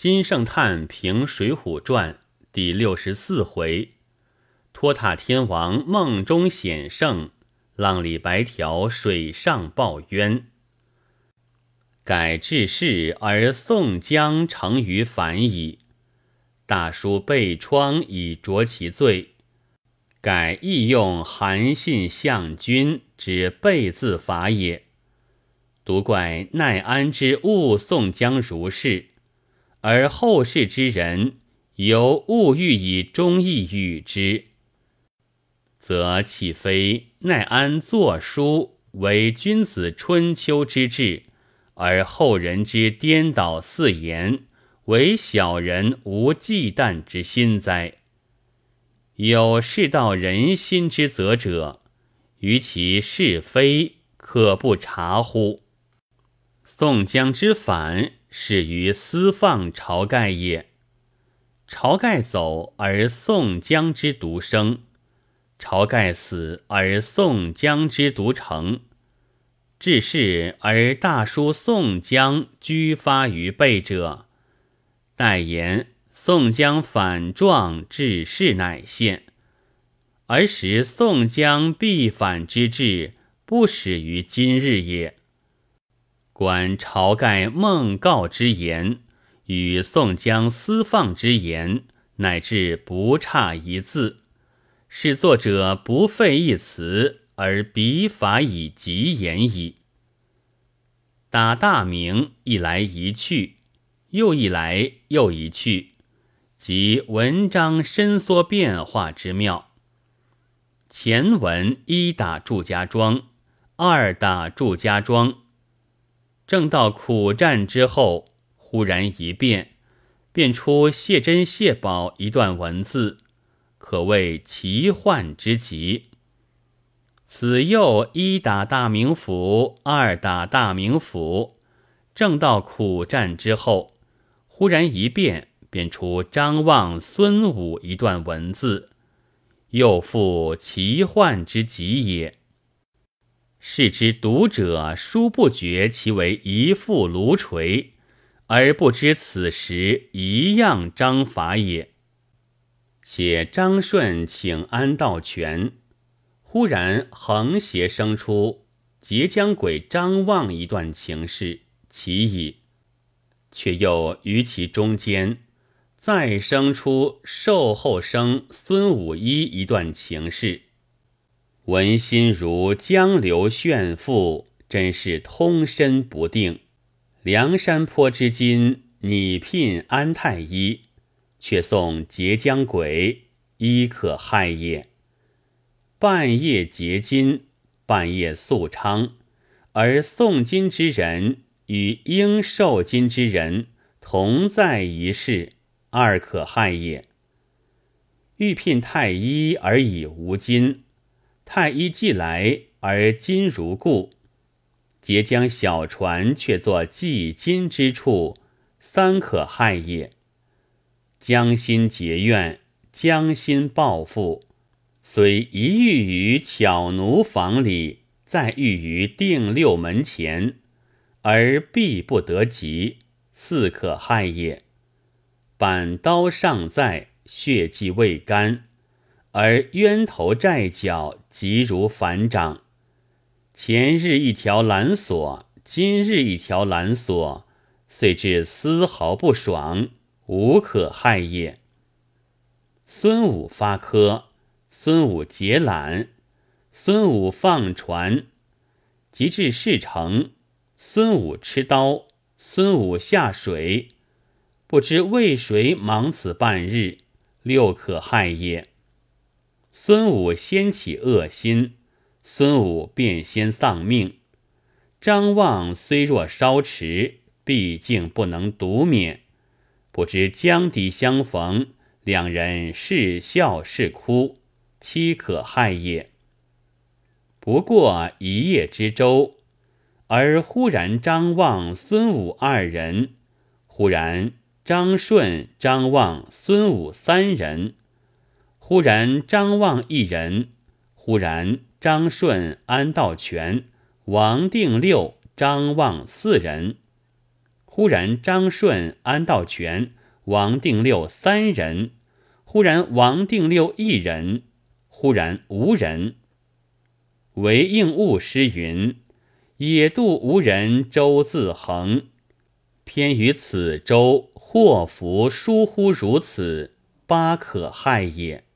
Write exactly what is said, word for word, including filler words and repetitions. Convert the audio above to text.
金圣叹评《水浒传》第六十四回：托塔天王梦中显圣，浪里白条水上报冤。改治世而宋江成于反矣。大书背疮以着其罪，改亦用韩信相君之背字法也。独怪耐安之误宋江如是，而后世之人犹误欲以忠义与之，则岂非耐安作书为君子春秋之志，而后人之颠倒四言，为小人无忌惮之心哉？有世道人心之责者，于其是非可不察乎？宋江之反，始于私放晁盖也。晁盖走而宋江之独生，晁盖死而宋江之独成。治世而大书宋江居发于背者，待言宋江反状治世乃现，而时宋江必反之志不始于今日也。观晁盖梦告之言与宋江私放之言，乃至不差一字，是作者不费一词而笔法以极言矣。打大名一来一去，又一来又一去，即文章伸缩变化之妙。前文一打祝家庄，二打祝家庄，正到苦战之后，忽然一变，变出谢珍谢宝一段文字，可谓奇幻之极。此又一打大名府，二打大名府，正到苦战之后，忽然一变，变出张望、孙武一段文字，又复奇幻之极也。是之读者殊不觉其为一副炉锤，而不知此时一样章法也。写张顺请安道全，忽然横斜生出截江鬼张望一段情事，奇矣。却又于其中间再生出寿后生孙武一一段情事，文心如江流炫富，真是通身不定。梁山坡之今拟聘安太医，却送截江鬼，医可害也。半夜结金，半夜肃昌，而诵金之人与应受金之人同在一室，二可害也。欲聘太医而已无金，太医既来而金如故，截江小船却作祭金之处，三可害也。将心结怨，将心报复，虽一遇于巧奴房里，再遇于定六门前，而必不得及，四可害也。板刀尚在，血迹未干，而冤头债脚急如反掌。前日一条缆索，今日一条缆索，遂至丝毫不爽，无可害也。孙武发科，孙武解缆，孙武放船，及至事成，孙武持刀，孙武下水，不知为谁忙此半日，六可害也。孙武先起恶心，孙武便先丧命。张望虽若稍迟，毕竟不能独免，不知江底相逢，两人是笑是哭，七可害也。不过一叶之舟，而忽然张望、孙武二人，忽然张顺、张望、孙武三人，忽然张望一人，忽然张顺、安道全、王定六、张望四人， 忽然张顺、安道全、王定六三人，忽然王定六一人，忽然无人。唯应物诗云：野渡无人舟自横，偏于此舟祸福疏忽如此，八可害也。